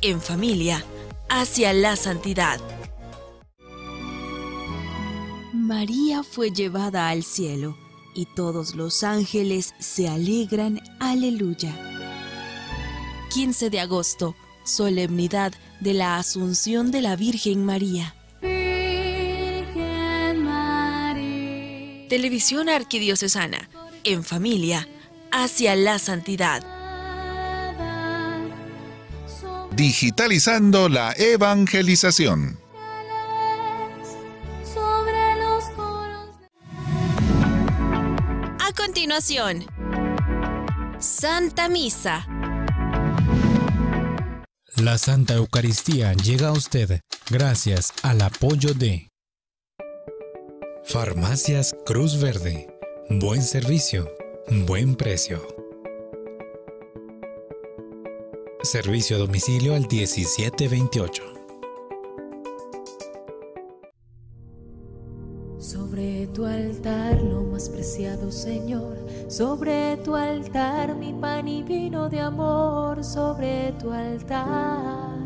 en familia, hacia la santidad. María fue llevada al cielo, y todos los ángeles se alegran, aleluya. 15 de agosto, solemnidad de la Asunción de la Virgen María. Virgen María. Televisión Arquidiocesana, en familia, hacia la santidad. Digitalizando la evangelización. Sobre los coros. A continuación, Santa Misa. La Santa Eucaristía llega a usted gracias al apoyo de Farmacias Cruz Verde. Buen servicio, buen precio. Servicio a domicilio al 1728. Sobre tu altar, lo más preciado, Señor. Sobre tu altar, mi pan y vino de amor. Sobre tu altar,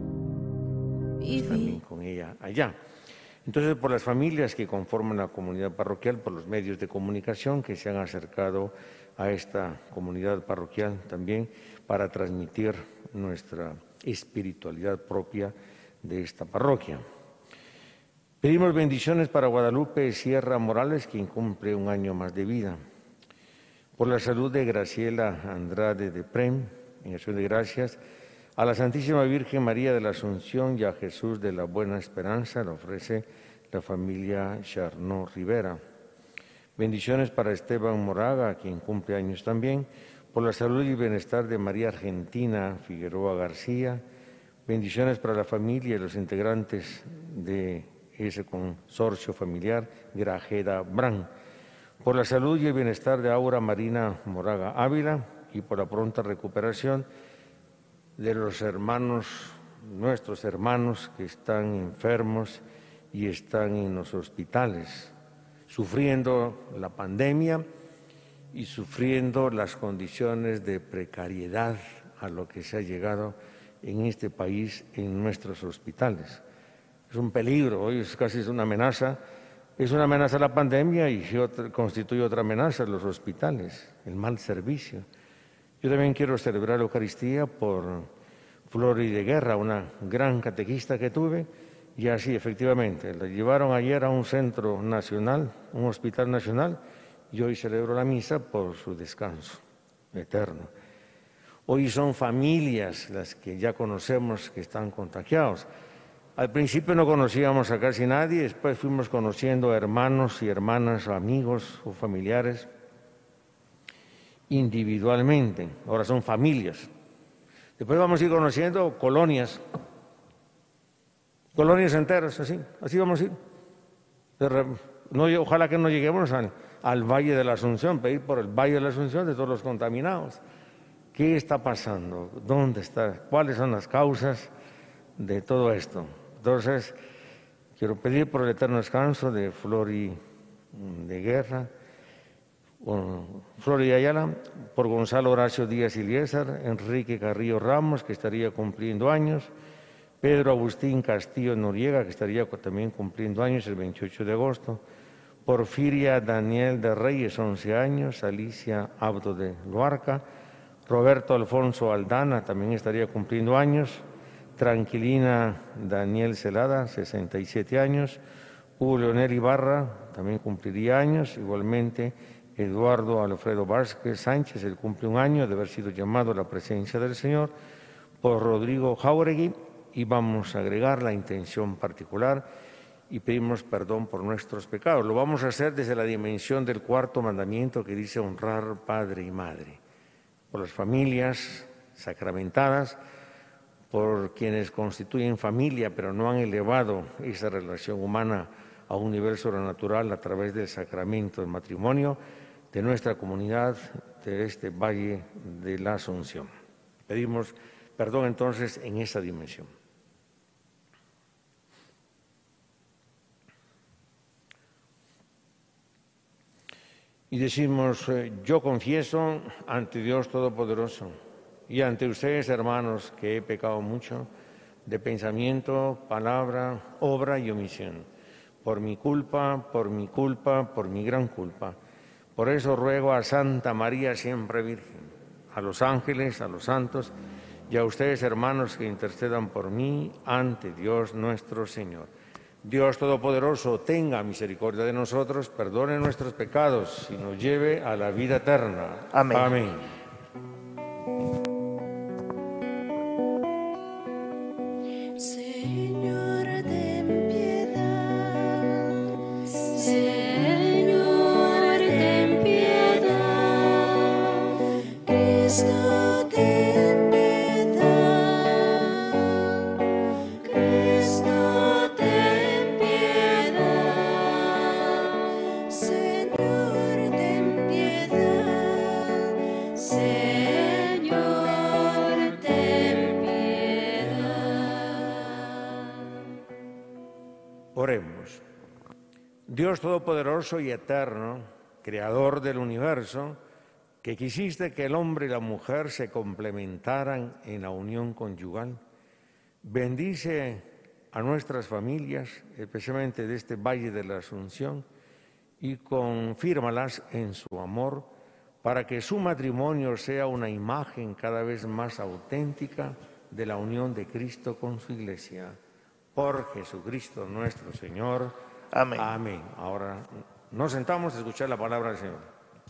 También con ella allá. Entonces, por las familias que conforman la comunidad parroquial, por los medios de comunicación que se han acercado a esta comunidad parroquial también para transmitir nuestra espiritualidad propia de esta parroquia. Pedimos bendiciones para Guadalupe Sierra Morales, quien cumple un año más de vida. Por la salud de Graciela Andrade de Prem, en acción de gracias. A la Santísima Virgen María de la Asunción y a Jesús de la Buena Esperanza le ofrece la familia Charnot Rivera. Bendiciones para Esteban Moraga, quien cumple años también. Por la salud y bienestar de María Argentina Figueroa García. Bendiciones para la familia y los integrantes de ese consorcio familiar, Grajeda Brand. Por la salud y el bienestar de Aura Marina Moraga Ávila y por la pronta recuperación de los hermanos, nuestros hermanos que están enfermos y están en los hospitales, sufriendo la pandemia y sufriendo las condiciones de precariedad a lo que se ha llegado en este país, en nuestros hospitales. Es un peligro, hoy casi es una amenaza la pandemia y constituye otra amenaza los hospitales, el mal servicio. Yo también quiero celebrar la Eucaristía por Flori de Guerra, una gran catequista que tuve, y así efectivamente, la llevaron ayer a un centro nacional, un hospital nacional, y hoy celebro la misa por su descanso eterno. Hoy son familias las que ya conocemos que están contagiados. Al principio no conocíamos a casi nadie, después fuimos conociendo a hermanos y hermanas, amigos o familiares individualmente. Ahora son familias. Después vamos a ir conociendo colonias enteras, así vamos a ir. Ojalá que no lleguemos al Valle de la Asunción, pedir por el Valle de la Asunción de todos los contaminados. ¿Qué está pasando? ¿Dónde está? ¿Cuáles son las causas de todo esto? Entonces, quiero pedir por el eterno descanso de Flori de Guerra, Flori Ayala, por Gonzalo Horacio Díaz Iliésar, Enrique Carrillo Ramos, que estaría cumpliendo años, Pedro Agustín Castillo Noriega, que estaría también cumpliendo años el 28 de agosto, Porfiria Daniel de Reyes, 11 años, Alicia Abdo de Luarca, Roberto Alfonso Aldana, también estaría cumpliendo años, Tranquilina Daniel Celada, 67 años, Hugo Leonel Ibarra, también cumpliría años, igualmente Eduardo Alfredo Vázquez Sánchez, él cumple un año de haber sido llamado a la presencia del Señor, por Rodrigo Jauregui, y vamos a agregar la intención particular y pedimos perdón por nuestros pecados. Lo vamos a hacer desde la dimensión del cuarto mandamiento que dice honrar padre y madre, por las familias sacramentadas, por quienes constituyen familia pero no han elevado esa relación humana a un nivel sobrenatural a través del sacramento del matrimonio de nuestra comunidad de este Valle de la Asunción. Pedimos perdón entonces en esa dimensión. Y decimos, yo confieso ante Dios Todopoderoso y ante ustedes, hermanos, que he pecado mucho de pensamiento, palabra, obra y omisión, por mi culpa, por mi gran culpa. Por eso ruego a Santa María siempre Virgen, a los ángeles, a los santos y a ustedes, hermanos, que intercedan por mí ante Dios nuestro Señor. Dios Todopoderoso, tenga misericordia de nosotros, perdone nuestros pecados y nos lleve a la vida eterna. Amén. Amén. Señor, ten piedad. Señor, ten piedad. Cristo, ten piedad. Cristo, ten piedad. Señor, ten piedad. Señor, ten piedad. Oremos. Dios Todopoderoso y Eterno, Creador del universo, que quisiste que el hombre y la mujer se complementaran en la unión conyugal, bendice a nuestras familias, especialmente de este Valle de la Asunción, y confírmalas en su amor para que su matrimonio sea una imagen cada vez más auténtica de la unión de Cristo con su Iglesia. Por Jesucristo nuestro Señor. Amén. Amén. Ahora nos sentamos a escuchar la palabra del Señor.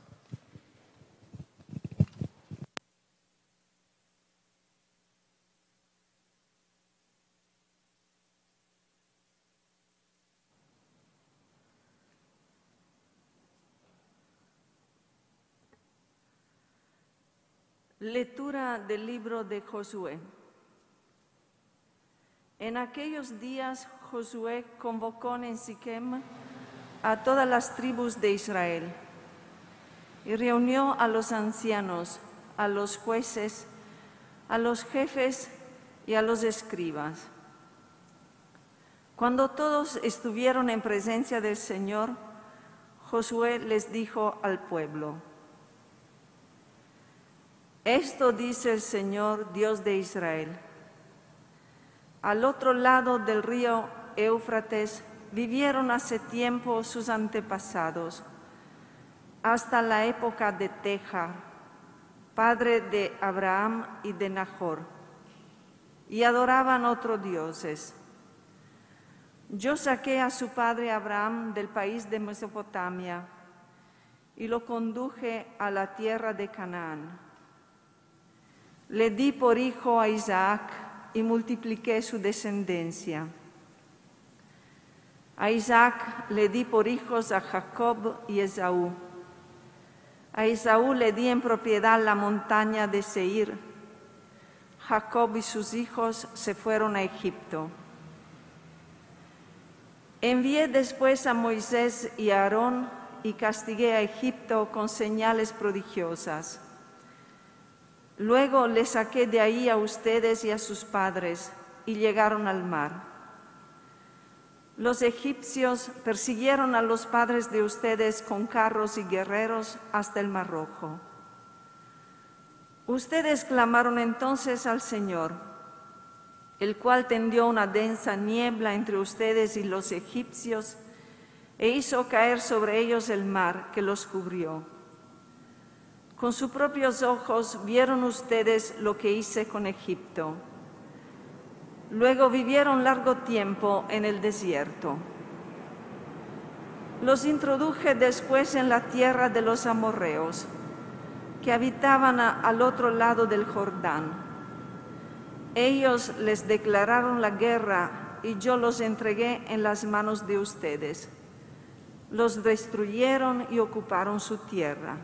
Lectura del libro de Josué. En aquellos días Josué convocó en Siquem a todas las tribus de Israel y reunió a los ancianos, a los jueces, a los jefes y a los escribas. Cuando todos estuvieron en presencia del Señor, Josué les dijo al pueblo: Esto dice el Señor, Dios de Israel. Al otro lado del río Éufrates vivieron hace tiempo sus antepasados, hasta la época de Tejar, padre de Abraham y de Nahor, y adoraban otros dioses. Yo saqué a su padre Abraham del país de Mesopotamia y lo conduje a la tierra de Canaán. Le di por hijo a Isaac y multipliqué su descendencia. A Isaac le di por hijos a Jacob y Esaú. A Esaú le di en propiedad la montaña de Seir. Jacob y sus hijos se fueron a Egipto. Envié después a Moisés y a Aarón y castigué a Egipto con señales prodigiosas. Luego les saqué de ahí a ustedes y a sus padres, y llegaron al mar. Los egipcios persiguieron a los padres de ustedes con carros y guerreros hasta el Mar Rojo. Ustedes clamaron entonces al Señor, el cual tendió una densa niebla entre ustedes y los egipcios, e hizo caer sobre ellos el mar que los cubrió. Con sus propios ojos vieron ustedes lo que hice con Egipto. Luego vivieron largo tiempo en el desierto. Los introduje después en la tierra de los amorreos, que habitaban al otro lado del Jordán. Ellos les declararon la guerra y yo los entregué en las manos de ustedes. Los destruyeron y ocuparon su tierra.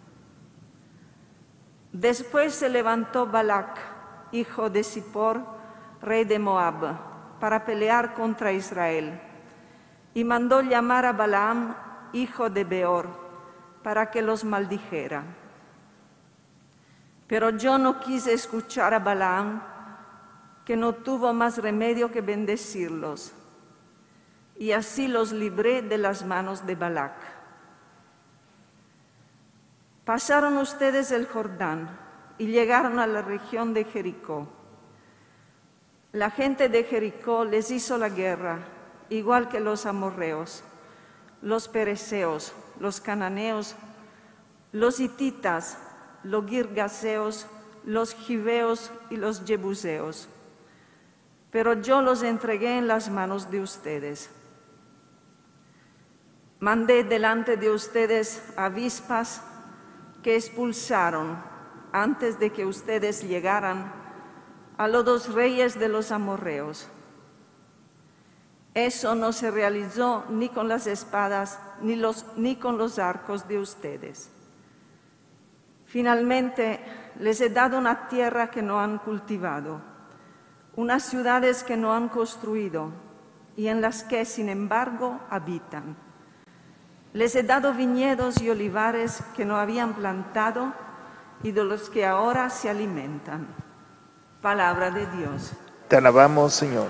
Después se levantó Balac, hijo de Zippor, rey de Moab, para pelear contra Israel, y mandó llamar a Balaam, hijo de Beor, para que los maldijera. Pero yo no quise escuchar a Balaam, que no tuvo más remedio que bendecirlos, y así los libré de las manos de Balac. Pasaron ustedes el Jordán y llegaron a la región de Jericó. La gente de Jericó les hizo la guerra, igual que los amorreos, los perezeos, los cananeos, los hititas, los girgaseos, los gibeos y los jebuseos. Pero yo los entregué en las manos de ustedes. Mandé delante de ustedes avispas que expulsaron, antes de que ustedes llegaran, a los 2 reyes de los amorreos. Eso no se realizó ni con las espadas ni con los arcos de ustedes. Finalmente, les he dado una tierra que no han cultivado, unas ciudades que no han construido y en las que, sin embargo, habitan. Les he dado viñedos y olivares que no habían plantado y de los que ahora se alimentan. Palabra de Dios. Te alabamos, Señor.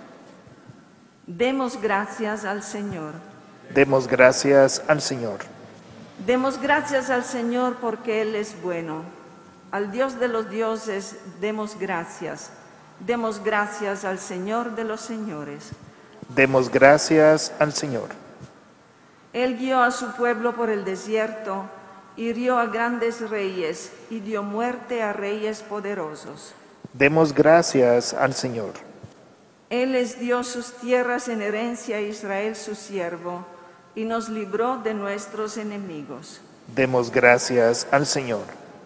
Demos gracias al Señor. Demos gracias al Señor. Demos gracias al Señor porque Él es bueno. Al Dios de los dioses demos gracias. Demos gracias al Señor de los señores. Demos gracias al Señor. Él guió a su pueblo por el desierto, hirió a grandes reyes y dio muerte a reyes poderosos. Demos gracias al Señor. Él les dio sus tierras en herencia a Israel su siervo, y nos libró de nuestros enemigos. Demos gracias al Señor.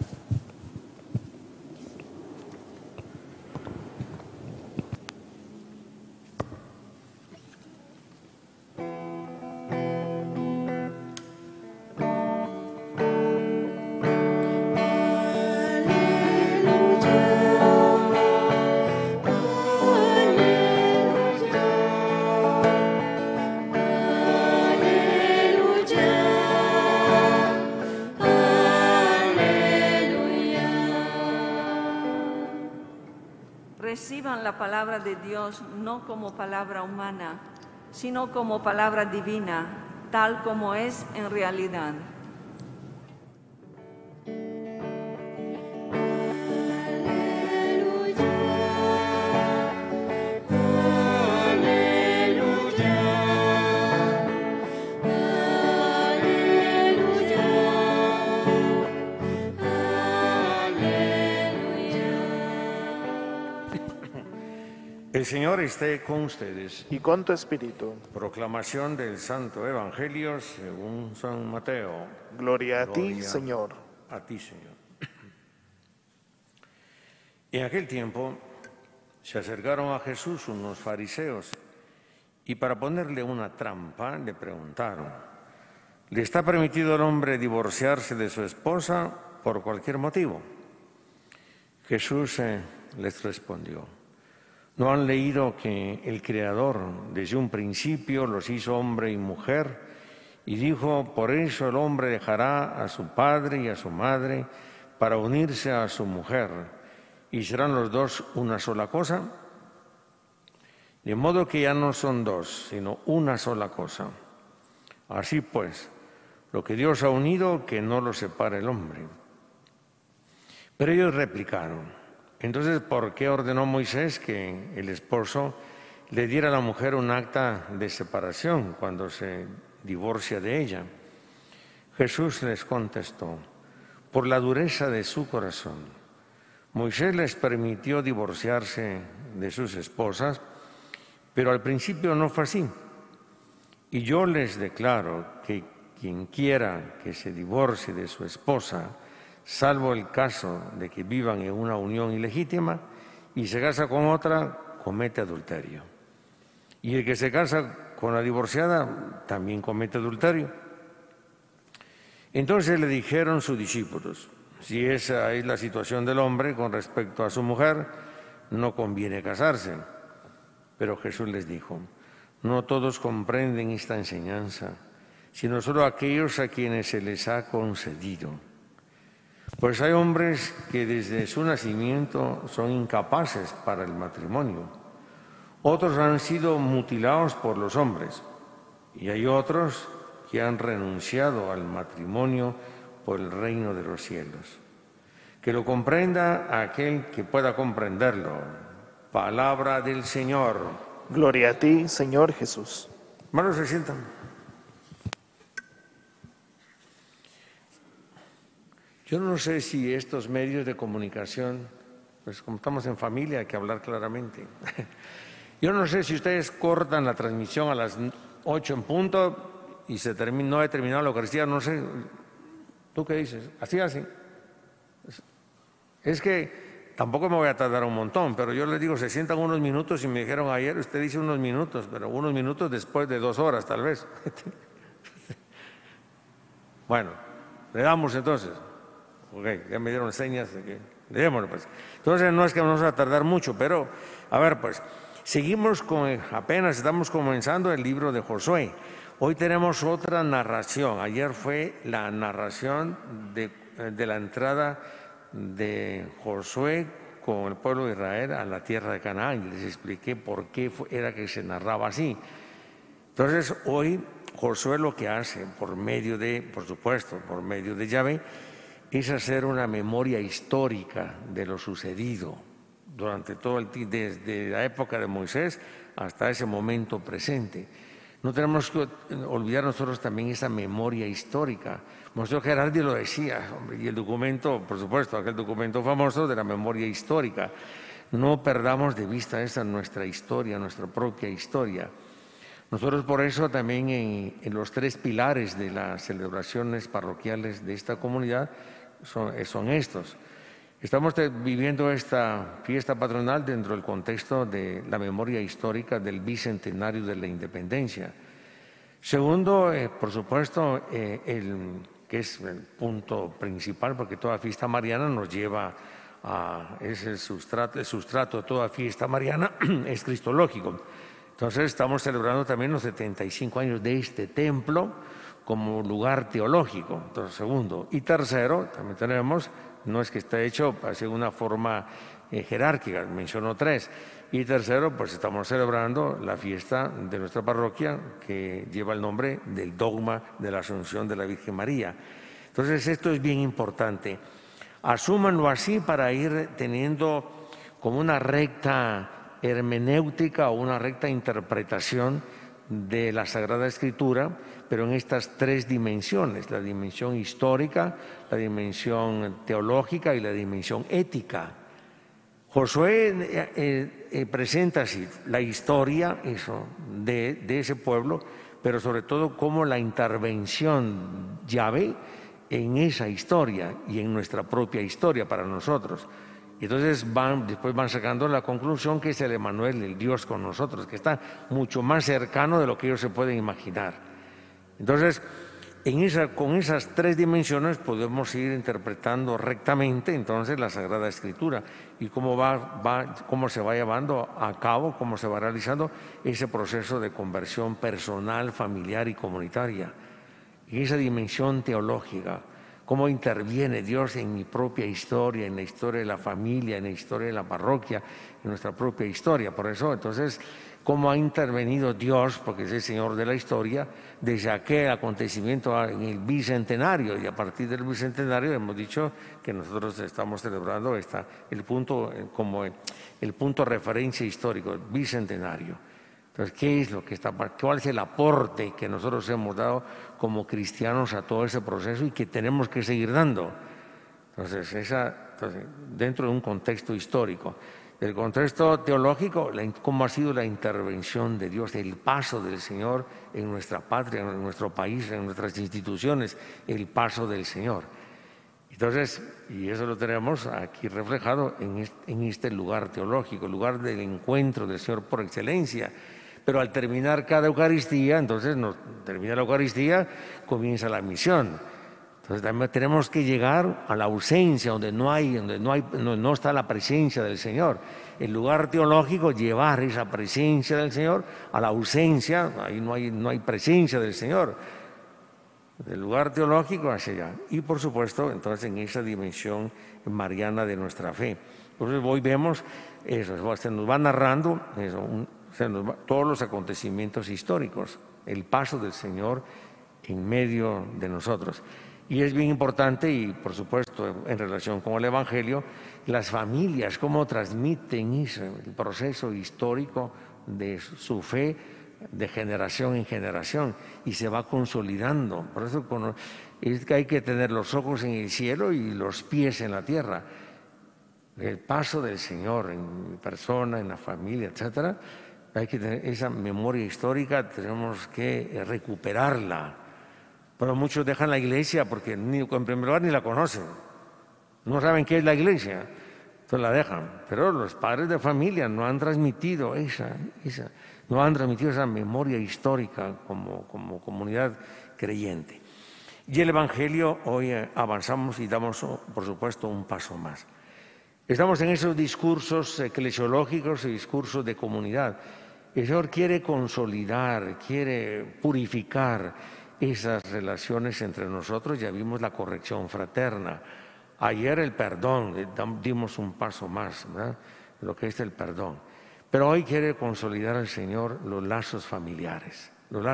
Reciban la palabra de Dios no como palabra humana, sino como palabra divina, tal como es en realidad. El Señor esté con ustedes. Y con tu espíritu. Proclamación del Santo Evangelio según San Mateo. Gloria a ti, Señor. A ti, Señor. En aquel tiempo se acercaron a Jesús unos fariseos y para ponerle una trampa le preguntaron: ¿le está permitido al hombre divorciarse de su esposa por cualquier motivo? Jesús les respondió: ¿no han leído que el Creador desde un principio los hizo hombre y mujer? Y dijo: por eso el hombre dejará a su padre y a su madre para unirse a su mujer, y serán los dos una sola cosa. De modo que ya no son dos, sino una sola cosa. Así pues, lo que Dios ha unido, que no lo separe el hombre. Pero ellos replicaron: entonces, ¿por qué ordenó Moisés que el esposo le diera a la mujer un acta de separación cuando se divorcia de ella? Jesús les contestó: por la dureza de su corazón. Moisés les permitió divorciarse de sus esposas, pero al principio no fue así. Y yo les declaro que quien quiera que se divorcie de su esposa, salvo el caso de que vivan en una unión ilegítima y se casa con otra, comete adulterio. Y el que se casa con la divorciada también comete adulterio. Entonces le dijeron sus discípulos: si esa es la situación del hombre con respecto a su mujer, no conviene casarse. Pero Jesús les dijo: no todos comprenden esta enseñanza, sino solo aquellos a quienes se les ha concedido. Pues hay hombres que desde su nacimiento son incapaces para el matrimonio. Otros han sido mutilados por los hombres y hay otros que han renunciado al matrimonio por el reino de los cielos. Que lo comprenda aquel que pueda comprenderlo. Palabra del Señor. Gloria a ti, Señor Jesús. Hermanos, se sientan. Yo no sé si estos medios de comunicación, pues como estamos en familia hay que hablar claramente. Yo no sé si ustedes cortan la transmisión a las 8 en punto y no he terminado la Eucaristía, no sé. ¿Tú qué dices? Así. Es que tampoco me voy a tardar un montón, pero yo les digo, se sientan unos minutos y me dijeron ayer, usted dice unos minutos, pero unos minutos después de 2 horas tal vez. Bueno, le damos entonces. Ok, ya me dieron señas de que démosle pues. Entonces no es que vamos a tardar mucho, pero a ver pues, seguimos apenas estamos comenzando el libro de Josué. Hoy tenemos otra narración. Ayer fue la narración de la entrada de Josué con el pueblo de Israel a la tierra de Canaán. Les expliqué por qué era que se narraba así. Entonces hoy Josué lo que hace por medio de Yahvé, es hacer una memoria histórica de lo sucedido durante todo desde la época de Moisés hasta ese momento presente. No tenemos que olvidar nosotros también esa memoria histórica. Monseñor Gerardi lo decía, hombre, y el documento, por supuesto, aquel documento famoso de la memoria histórica. No perdamos de vista nuestra historia, nuestra propia historia. Nosotros por eso también en los 3 pilares de las celebraciones parroquiales de esta comunidad son estos. Estamos viviendo esta fiesta patronal dentro del contexto de la memoria histórica del bicentenario de la independencia. Segundo, por supuesto, que es el punto principal, porque toda fiesta mariana nos lleva es el sustrato de toda fiesta mariana es cristológico. Entonces estamos celebrando también los 75 años de este templo como lugar teológico. Entonces, segundo. Y tercero, también tenemos, no es que esté hecho de una forma jerárquica, menciono 3. Y tercero, pues estamos celebrando la fiesta de nuestra parroquia que lleva el nombre del dogma de la Asunción de la Virgen María. Entonces, esto es bien importante. Asúmanlo así para ir teniendo como una recta hermenéutica o una recta interpretación de la Sagrada Escritura, pero en estas 3 dimensiones, la dimensión histórica, la dimensión teológica y la dimensión ética. Josué presenta así la historia de ese pueblo, pero sobre todo cómo la intervención Yahvé en esa historia y en nuestra propia historia para nosotros. Y entonces después van sacando la conclusión que es el Emmanuel, el Dios con nosotros, que está mucho más cercano de lo que ellos se pueden imaginar. Entonces, con esas 3 dimensiones podemos ir interpretando rectamente entonces la Sagrada Escritura y cómo se va llevando a cabo, cómo se va realizando ese proceso de conversión personal, familiar y comunitaria. Y esa dimensión teológica, cómo interviene Dios en mi propia historia, en la historia de la familia, en la historia de la parroquia, en nuestra propia historia. Por eso, entonces, cómo ha intervenido Dios, porque es el Señor de la historia, desde aquel acontecimiento en el bicentenario, y a partir del bicentenario hemos dicho que nosotros estamos celebrando el punto como el punto de referencia histórico, el bicentenario. Entonces, ¿qué es lo que cuál es el aporte que nosotros hemos dado como cristianos a todo ese proceso y que tenemos que seguir dando? Entonces, dentro de un contexto histórico. El contexto teológico, cómo ha sido la intervención de Dios, el paso del Señor en nuestra patria, en nuestro país, en nuestras instituciones, el paso del Señor. Entonces, y eso lo tenemos aquí reflejado en este lugar teológico, el lugar del encuentro del Señor por excelencia. Pero al terminar cada Eucaristía, entonces termina la Eucaristía, comienza la misión. Entonces también tenemos que llegar a la ausencia, donde no está la presencia del Señor. El lugar teológico, llevar esa presencia del Señor a la ausencia, ahí no hay presencia del Señor. Del lugar teológico hacia allá. Y por supuesto, entonces en esa dimensión mariana de nuestra fe. Entonces hoy vemos eso, se nos va narrando todos los acontecimientos históricos, el paso del Señor en medio de nosotros. Y es bien importante, y por supuesto en relación con el Evangelio, las familias, cómo transmiten el proceso histórico de su fe de generación en generación y se va consolidando. Por eso es que hay que tener los ojos en el cielo y los pies en la tierra. El paso del Señor en mi persona, en la familia, etcétera, hay que tener esa memoria histórica, tenemos que recuperarla. Pero muchos dejan la iglesia porque en primer lugar ni la conocen, no saben qué es la iglesia, entonces la dejan. Pero los padres de familia no han transmitido esa memoria histórica como comunidad creyente. Y el Evangelio, hoy avanzamos y damos, por supuesto, un paso más. Estamos en esos discursos eclesiológicos y discursos de comunidad. El Señor quiere consolidar, quiere purificar esas relaciones entre nosotros. Ya vimos la corrección fraterna. Ayer el perdón, dimos un paso más, ¿verdad? Lo que es el perdón. Pero hoy quiere consolidar al Señor los lazos familiares,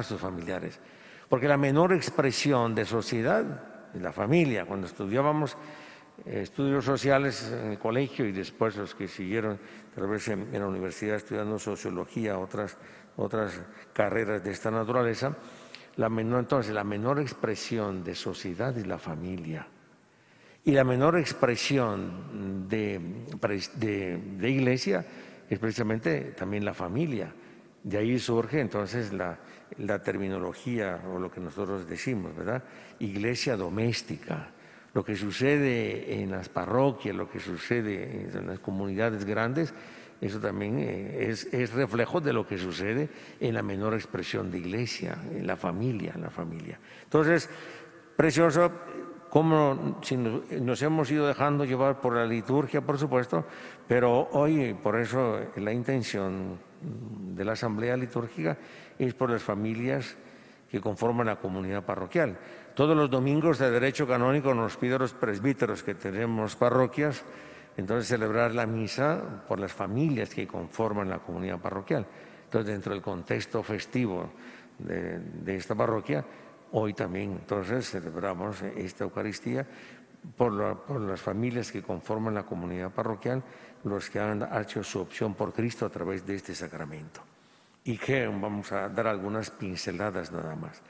porque la menor expresión de sociedad es la familia. Cuando estudiábamos estudios sociales en el colegio y después los que siguieron tal vez en la universidad estudiando sociología, otras carreras de esta naturaleza, entonces la menor expresión de sociedad es la familia. Y la menor expresión de iglesia es precisamente también la familia. De ahí surge entonces la terminología o lo que nosotros decimos, ¿verdad? Iglesia doméstica. Lo que sucede en las parroquias, lo que sucede en las comunidades grandes, eso también es reflejo de lo que sucede en la menor expresión de iglesia, en la familia. Entonces, precioso, como si nos hemos ido dejando llevar por la liturgia, por supuesto, pero hoy, por eso, la intención de la asamblea litúrgica es por las familias que conforman la comunidad parroquial. Todos los domingos de derecho canónico nos pide a los presbíteros que tenemos parroquias, entonces celebrar la misa por las familias que conforman la comunidad parroquial. Entonces, dentro del contexto festivo de esta parroquia, hoy también entonces celebramos esta Eucaristía por las familias que conforman la comunidad parroquial, los que han hecho su opción por Cristo a través de este sacramento. Y que vamos a dar algunas pinceladas nada más.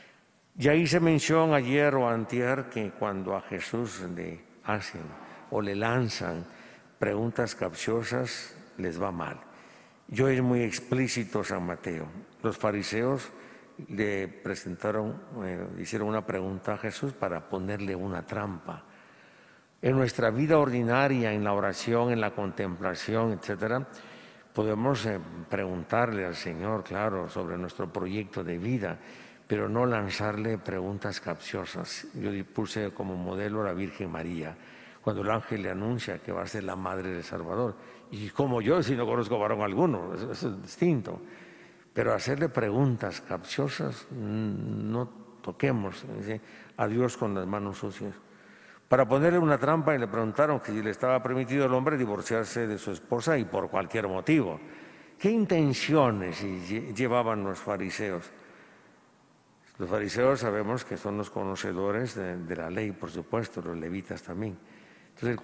Ya hice mención ayer o antier que cuando a Jesús le hacen o le lanzan preguntas capciosas, les va mal. Yo es muy explícito San Mateo. Los fariseos le hicieron una pregunta a Jesús para ponerle una trampa. En nuestra vida ordinaria, en la oración, en la contemplación, etcétera, podemos preguntarle al Señor, claro, sobre nuestro proyecto de vida, pero no lanzarle preguntas capciosas. Yo puse como modelo a la Virgen María, cuando el ángel le anuncia que va a ser la madre del Salvador. Y como yo, si no conozco varón alguno, eso es distinto. Pero hacerle preguntas capciosas, no toquemos a Dios con las manos sucias. Para ponerle una trampa y le preguntaron que si le estaba permitido al hombre divorciarse de su esposa y por cualquier motivo. ¿Qué intenciones llevaban los fariseos? Los fariseos sabemos que son los conocedores de la ley, por supuesto, los levitas también. Entonces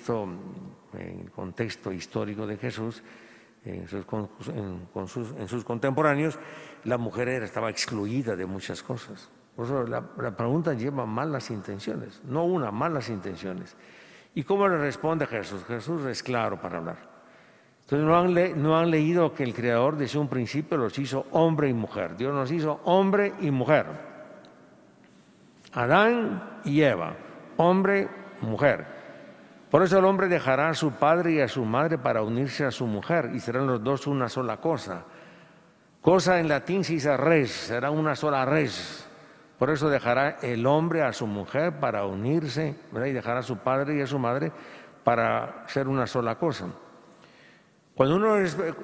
el contexto histórico de Jesús, en sus contemporáneos, la mujer estaba excluida de muchas cosas. Por eso la pregunta lleva malas intenciones, malas intenciones. ¿Y cómo le responde Jesús? Jesús es claro para hablar. Entonces no han leído que el Creador desde un principio los hizo hombre y mujer. Dios nos hizo hombre y mujer. Adán y Eva, hombre, mujer. Por eso el hombre dejará a su padre y a su madre para unirse a su mujer y serán los dos una sola cosa. Cosa en latín se dice res, será una sola res. Por eso dejará el hombre a su mujer para unirse, ¿verdad? Y dejará a su padre y a su madre para ser una sola cosa. Cuando uno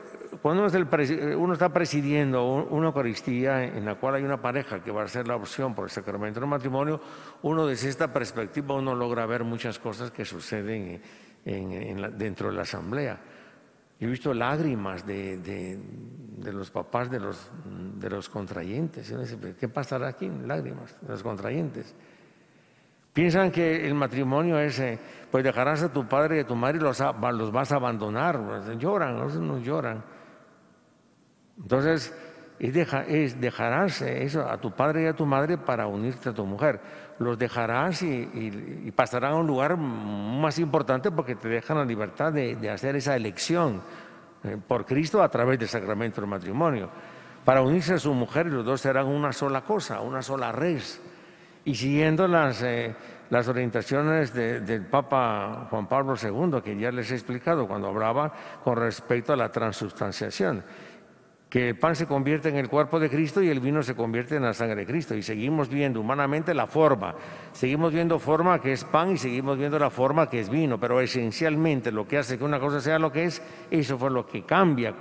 está presidiendo una Eucaristía en la cual hay una pareja que va a hacer la opción por el sacramento del matrimonio, uno desde esta perspectiva uno logra ver muchas cosas que suceden dentro de la asamblea. Yo he visto lágrimas de los papás de los contrayentes. ¿Qué pasará aquí? Lágrimas de los contrayentes. Piensan que el matrimonio es, pues dejarás a tu padre y a tu madre y los vas a abandonar. Lloran, no lloran. Entonces, dejarás eso a tu padre y a tu madre para unirte a tu mujer. Los dejarás y pasarán a un lugar más importante porque te dejan la libertad de hacer esa elección por Cristo a través del sacramento del matrimonio. Para unirse a su mujer, los dos serán una sola cosa, una sola res. Y siguiendo las orientaciones del Papa Juan Pablo II, que ya les he explicado cuando hablaba con respecto a la transubstanciación, que el pan se convierte en el cuerpo de Cristo y el vino se convierte en la sangre de Cristo. Y seguimos viendo humanamente la forma, seguimos viendo forma que es pan y seguimos viendo la forma que es vino, pero esencialmente lo que hace que una cosa sea lo que es, eso fue lo que cambia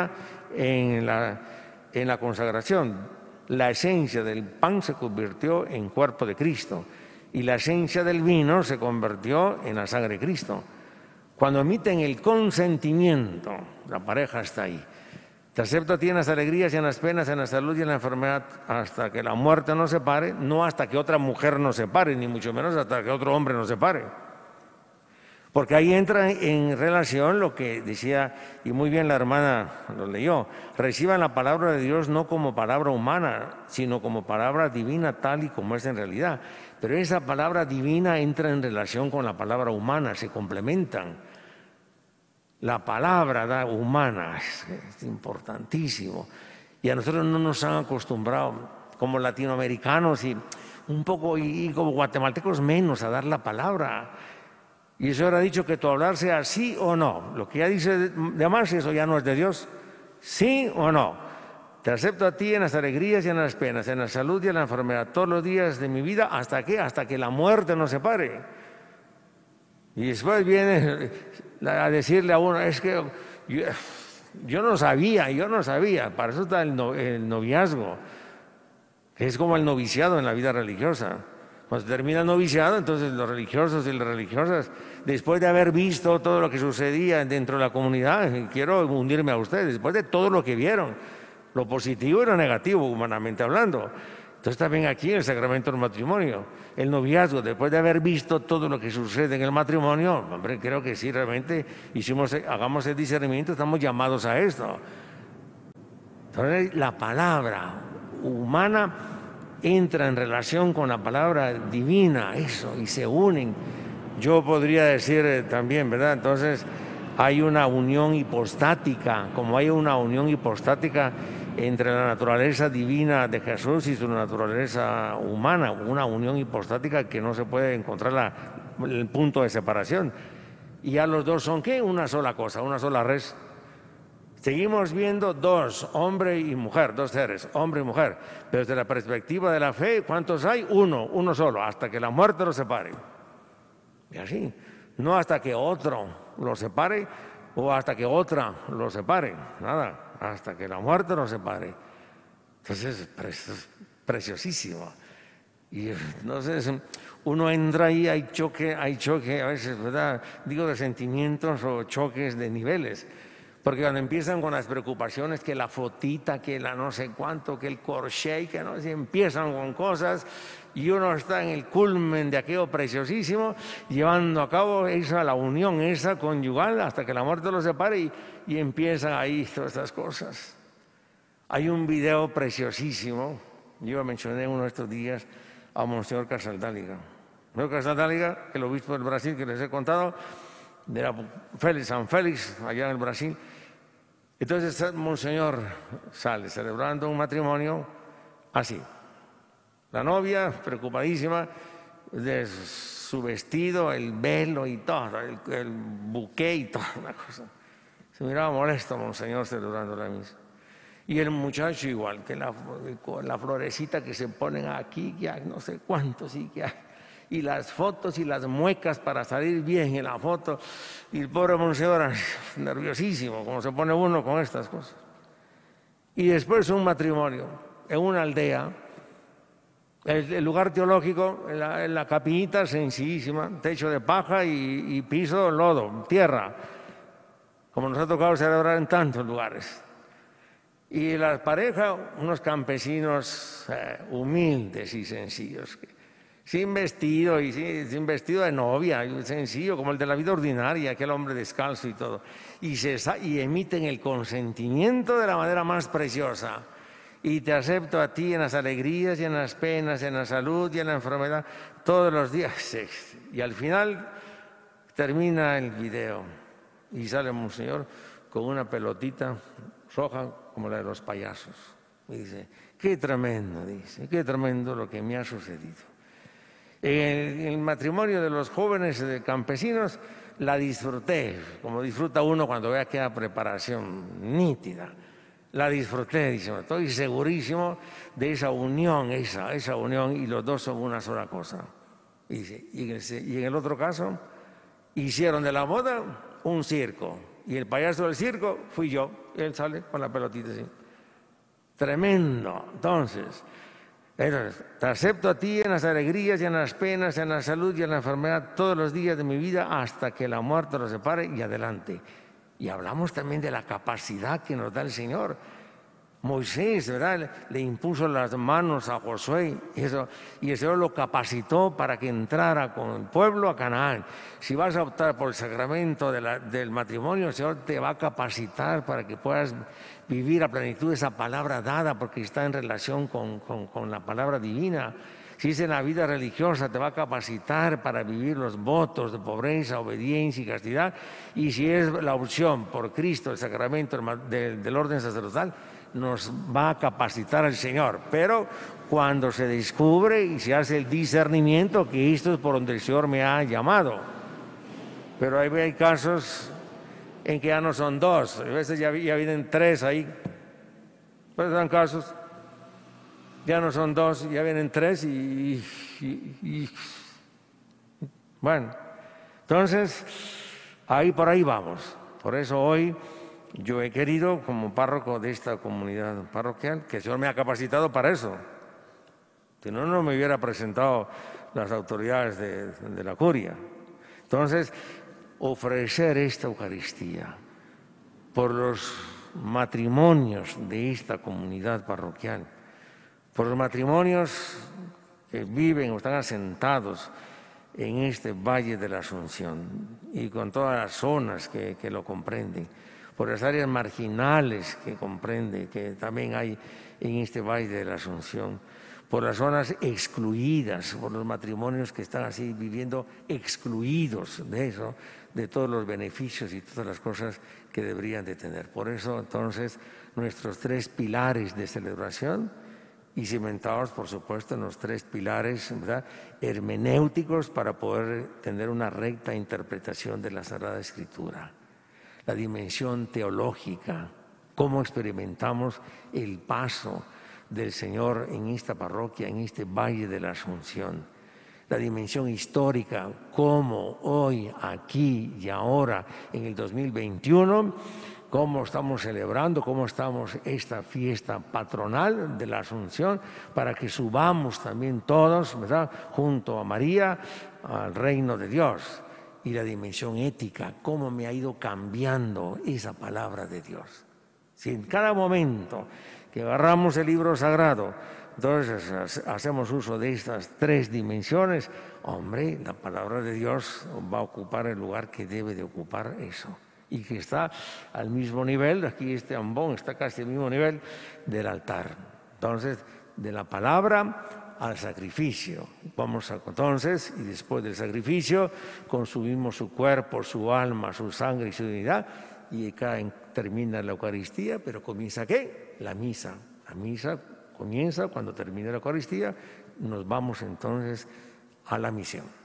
en la consagración. La esencia del pan se convirtió en cuerpo de Cristo y la esencia del vino se convirtió en la sangre de Cristo. Cuando emiten el consentimiento, la pareja está ahí. Te acepto a ti en las alegrías y en las penas, en la salud y en la enfermedad, hasta que la muerte nos separe, no hasta que otra mujer nos separe, ni mucho menos hasta que otro hombre nos separe. Porque ahí entra en relación lo que decía, y muy bien la hermana lo leyó, reciban la palabra de Dios no como palabra humana, sino como palabra divina tal y como es en realidad. Pero esa palabra divina entra en relación con la palabra humana, se complementan. La palabra humana es importantísimo. Y a nosotros no nos han acostumbrado, como latinoamericanos y un poco, y como guatemaltecos menos, a dar la palabra. Y eso ahora ha dicho que tu hablar sea sí o no. Lo que ya dice de amarse, eso ya no es de Dios. ¿Sí o no? Te acepto a ti en las alegrías y en las penas, en la salud y en la enfermedad, todos los días de mi vida. ¿Hasta qué? Hasta que la muerte nos separe. Y después viene a decirle a uno, es que yo no sabía. Para eso está el noviazgo, que es como el noviciado en la vida religiosa. Cuando termina el noviciado, entonces los religiosos y las religiosas, después de haber visto todo lo que sucedía dentro de la comunidad, quiero unirme a ustedes, después de todo lo que vieron, lo positivo y lo negativo, humanamente hablando. Entonces también aquí el sacramento del matrimonio, el noviazgo, después de haber visto todo lo que sucede en el matrimonio, hombre, creo que sí, realmente hagamos el discernimiento, estamos llamados a esto. Entonces la palabra humana entra en relación con la palabra divina, eso, y se unen. Yo podría decir también, ¿verdad? Entonces hay una unión hipostática, como hay una unión hipostática entre la naturaleza divina de Jesús y su naturaleza humana, una unión hipostática que no se puede encontrar el punto de separación. Y ya los dos son, ¿qué? Una sola cosa, una sola res. Seguimos viendo dos, hombre y mujer, dos seres, hombre y mujer. Pero desde la perspectiva de la fe, ¿cuántos hay? Uno solo, hasta que la muerte los separe. Y así, no hasta que otro los separe o hasta que otra los separe, nada, hasta que la muerte los separe. Entonces, es preciosísimo. Y entonces uno entra ahí, hay choque a veces, ¿verdad? Digo de sentimientos o choques de niveles. Porque cuando empiezan con las preocupaciones, que la fotita, que la no sé cuánto, que el corché, que no sé, empiezan con cosas y uno está en el culmen de aquello preciosísimo, llevando a cabo la unión esa conyugal hasta que la muerte los separe y empiezan ahí todas estas cosas. Hay un video preciosísimo, yo mencioné uno de estos días a Monseñor Casaldáliga. Monseñor Casaldáliga, el obispo del Brasil que les he contado, de San Félix, allá en el Brasil. Entonces Monseñor sale celebrando un matrimonio así. La novia, preocupadísima de su vestido, el velo y todo, el buqué y toda la cosa. Se miraba molesto Monseñor celebrando la misa. Y el muchacho igual, que la florecita que se ponen aquí, que no sé cuántos, sí que hay. Y las fotos y las muecas para salir bien en la foto. Y el pobre Monseñor, nerviosísimo, como se pone uno con estas cosas. Y después un matrimonio en una aldea, el lugar teológico, en la capillita sencillísima, techo de paja y piso lodo, tierra, como nos ha tocado celebrar en tantos lugares. Y la pareja, unos campesinos humildes y sencillos, sin vestido, y sin vestido de novia, sencillo, como el de la vida ordinaria, aquel hombre descalzo y todo. Y emiten el consentimiento de la manera más preciosa. Y te acepto a ti en las alegrías y en las penas, en la salud y en la enfermedad, todos los días. Y al final termina el video y sale Monseñor con una pelotita roja como la de los payasos. Y dice, qué tremendo, dice, qué tremendo lo que me ha sucedido. En el matrimonio de los jóvenes campesinos la disfruté, como disfruta uno cuando ve aquella preparación nítida. La disfruté, dice, estoy segurísimo de esa unión, esa unión, y los dos son una sola cosa. Y dice, y en el otro caso, hicieron de la boda un circo, y el payaso del circo fui yo, y él sale con la pelotita así. Tremendo. Entonces, te acepto a ti en las alegrías y en las penas, en la salud y en la enfermedad, todos los días de mi vida, hasta que la muerte los separe y adelante. Y hablamos también de la capacidad que nos da el Señor. Moisés, ¿verdad?, le impuso las manos a Josué y el Señor lo capacitó para que entrara con el pueblo a Canaán. Si vas a optar por el sacramento del matrimonio, el Señor te va a capacitar para que puedas vivir a plenitud esa palabra dada, porque está en relación con la palabra divina. Si es en la vida religiosa, te va a capacitar para vivir los votos de pobreza, obediencia y castidad. Y si es la opción por Cristo, el sacramento del orden sacerdotal, nos va a capacitar el Señor. Pero cuando se descubre y se hace el discernimiento que esto es por donde el Señor me ha llamado. Pero hay casos en que ya no son dos, a veces ya vienen tres ahí. Pues dan casos. Ya no son dos, ya vienen tres bueno, entonces por ahí vamos. Por eso hoy yo he querido, como párroco de esta comunidad parroquial, que el Señor me ha capacitado para eso. Si no, no me hubiera presentado las autoridades de la curia. Entonces, ofrecer esta Eucaristía por los matrimonios de esta comunidad parroquial, por los matrimonios que viven o están asentados en este Valle de la Asunción y con todas las zonas que lo comprenden, por las áreas marginales que comprende, que también hay en este Valle de la Asunción, por las zonas excluidas, por los matrimonios que están así viviendo excluidos de eso, de todos los beneficios y todas las cosas que deberían de tener. Por eso, entonces, nuestros tres pilares de celebración, y cimentados, por supuesto, en los tres pilares, ¿verdad?, hermenéuticos, para poder tener una recta interpretación de la Sagrada Escritura. La dimensión teológica, cómo experimentamos el paso del Señor en esta parroquia, en este Valle de la Asunción. La dimensión histórica, cómo hoy, aquí y ahora, en el 2021, cómo estamos celebrando, cómo estamos esta fiesta patronal de la Asunción, para que subamos también todos, ¿verdad?, junto a María, al reino de Dios. Y la dimensión ética, cómo me ha ido cambiando esa palabra de Dios. Si en cada momento que agarramos el libro sagrado, entonces hacemos uso de estas tres dimensiones, hombre, la palabra de Dios va a ocupar el lugar que debe de ocupar eso. Y que está al mismo nivel, aquí este ambón está casi al mismo nivel del altar. Entonces, de la palabra al sacrificio. Entonces, y después del sacrificio, consumimos su cuerpo, su alma, su sangre y su divinidad, y acá termina la Eucaristía, pero comienza ¿qué? La misa. La misa comienza cuando termina la Eucaristía, nos vamos entonces a la misión.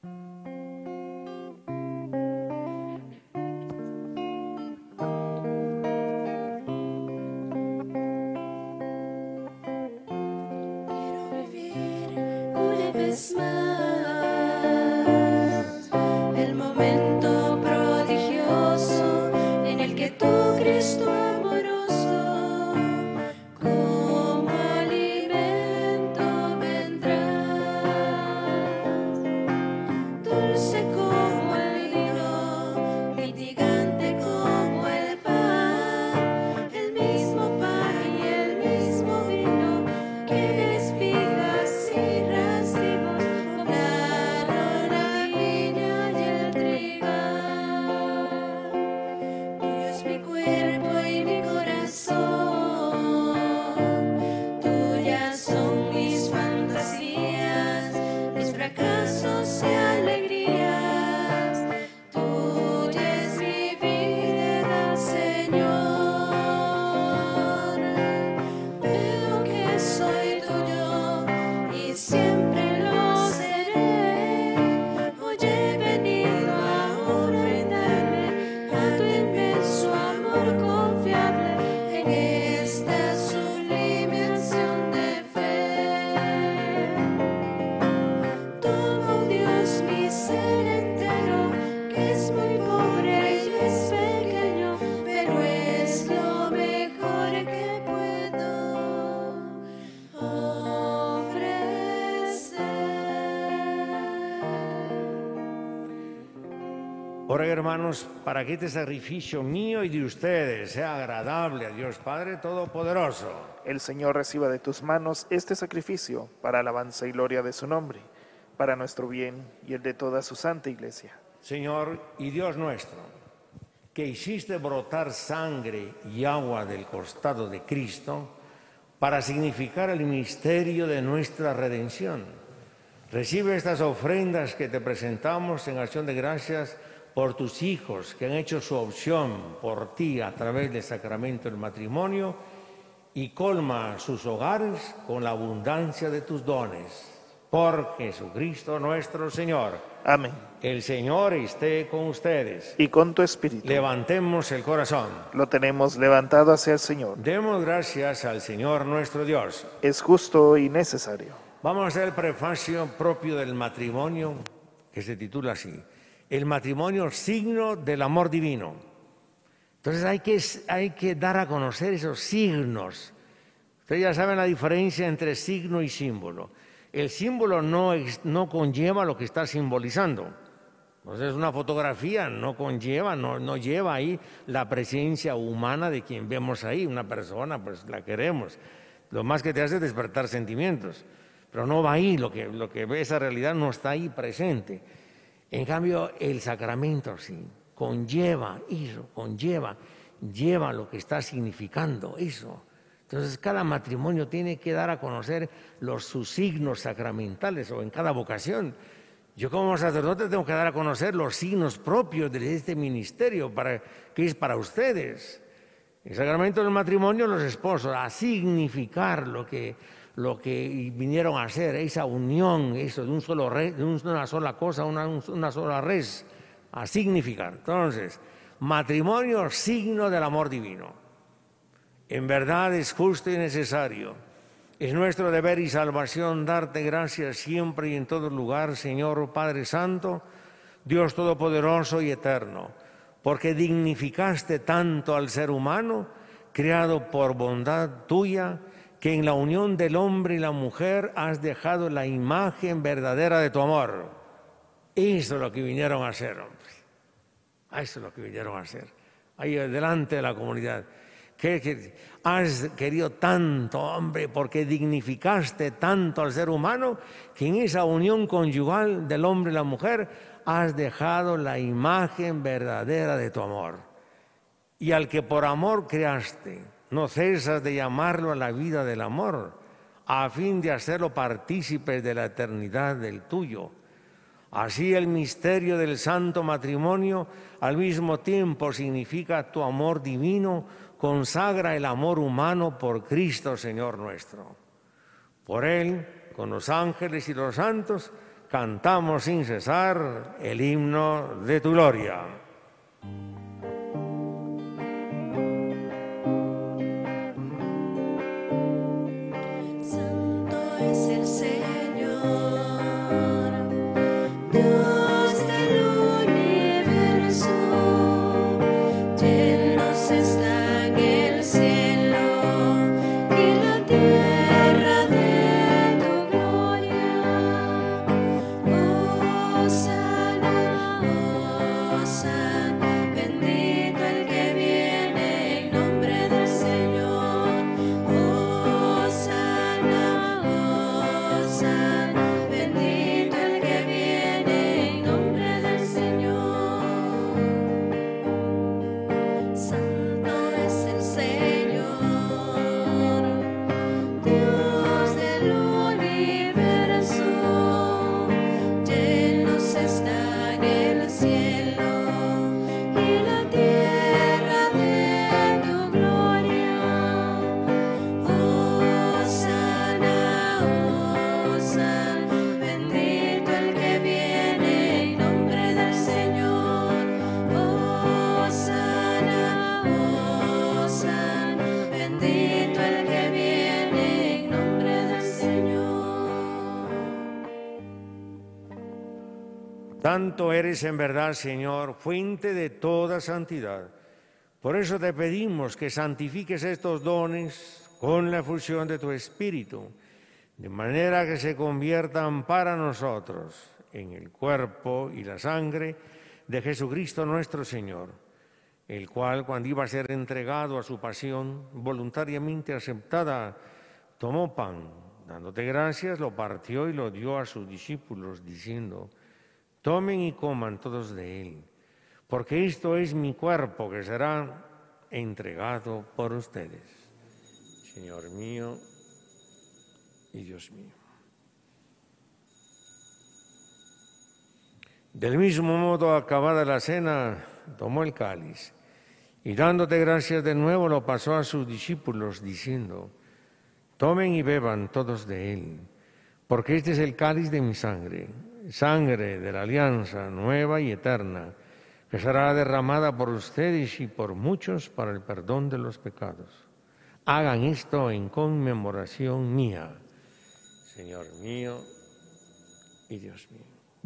El momento prodigioso en el que tú, Cristo amoroso, como alimento vendrás, dulce como el vino, mitigante como el pan y el mismo vino que espigas y racimos poblaron la viña y el trigal. Tuyo es mi cuerpo y mi corazón, tuyas son mis fantasías, mis fracasos y alegrías. Tuya es mi vida, Señor. Veo que soy tuyo y siempre lo seré. Hoy he venido a ofrendarme a tu inmenso amor confiable en esta sublime acción de fe. Toma, oh Dios, mi ser entero, que es muy pobre y es pequeño, pero es lo mejor que puedo ofrecer. Ora, hermanos, para que este sacrificio mío y de ustedes sea agradable a Dios Padre Todopoderoso. El Señor reciba de tus manos este sacrificio para alabanza y gloria de su nombre, para nuestro bien y el de toda su santa Iglesia. Señor y Dios nuestro, que hiciste brotar sangre y agua del costado de Cristo para significar el misterio de nuestra redención, recibe estas ofrendas que te presentamos en acción de gracias por tus hijos que han hecho su opción por ti a través del sacramento del matrimonio, y colma sus hogares con la abundancia de tus dones. Por Jesucristo nuestro Señor. Amén. El Señor esté con ustedes. Y con tu espíritu. Levantemos el corazón. Lo tenemos levantado hacia el Señor. Demos gracias al Señor nuestro Dios. Es justo y necesario. Vamos a hacer el prefacio propio del matrimonio, que se titula así: el matrimonio, signo del amor divino. Entonces hay que dar a conocer esos signos. Ustedes ya saben la diferencia entre signo y símbolo. El símbolo no conlleva lo que está simbolizando. Entonces una fotografía no conlleva, no lleva ahí la presencia humana de quien vemos ahí. Una persona, pues la queremos. Lo más que te hace es despertar sentimientos. Pero no va ahí, lo que ve esa realidad no está ahí presente. En cambio, el sacramento sí, conlleva eso, lleva lo que está significando eso. Entonces, cada matrimonio tiene que dar a conocer sus signos sacramentales, o en cada vocación. Yo como sacerdote tengo que dar a conocer los signos propios de este ministerio, que es para ustedes. El sacramento del matrimonio, los esposos, a significar lo que vinieron a hacer, esa unión, eso de una sola cosa, una sola res, a significar. Entonces, matrimonio, signo del amor divino. En verdad es justo y necesario. Es nuestro deber y salvación darte gracias siempre y en todo lugar, Señor Padre Santo, Dios Todopoderoso y Eterno, porque dignificaste tanto al ser humano, creado por bondad tuya, que en la unión del hombre y la mujer has dejado la imagen verdadera de tu amor. Eso es lo que vinieron a hacer, hombre. Eso es lo que vinieron a hacer, ahí delante de la comunidad. Que has querido tanto, hombre, porque dignificaste tanto al ser humano, que en esa unión conyugal del hombre y la mujer has dejado la imagen verdadera de tu amor. Y al que por amor creaste, no cesas de llamarlo a la vida del amor, a fin de hacerlo partícipe de la eternidad del tuyo. Así el misterio del santo matrimonio al mismo tiempo significa tu amor divino, consagra el amor humano por Cristo Señor nuestro. Por Él, con los ángeles y los santos, cantamos sin cesar el himno de tu gloria. Santo es el Señor, Dios del universo, llenos están el cielo y la tierra de tu gloria. Hosana, Hosana, bendito el que viene en nombre del Señor. Hosana, Hosana, bendito el que viene en nombre del Señor. Santo es el Señor, Dios del universo, llenos están el cielo y la tierra de tu gloria. Hosana, Hosana, bendito el que viene en nombre del Señor. Hosana, Hosana, bendito el que viene en nombre del Señor. Tanto eres en verdad, Señor, fuente de toda santidad. Por eso te pedimos que santifiques estos dones con la efusión de tu Espíritu, de manera que se conviertan para nosotros en el cuerpo y la sangre de Jesucristo nuestro Señor, el cual, cuando iba a ser entregado a su pasión voluntariamente aceptada, tomó pan, dándote gracias, lo partió y lo dio a sus discípulos, diciendo: tomen y coman todos de él, porque esto es mi cuerpo que será entregado por ustedes. Señor mío y Dios mío. Del mismo modo, acabada la cena, tomó el cáliz y dándote gracias de nuevo lo pasó a sus discípulos, diciendo: tomen y beban todos de él, porque este es el cáliz de mi sangre, sangre de la alianza nueva y eterna, que será derramada por ustedes y por muchos para el perdón de los pecados. Hagan esto en conmemoración mía. Señor mío y Dios mío.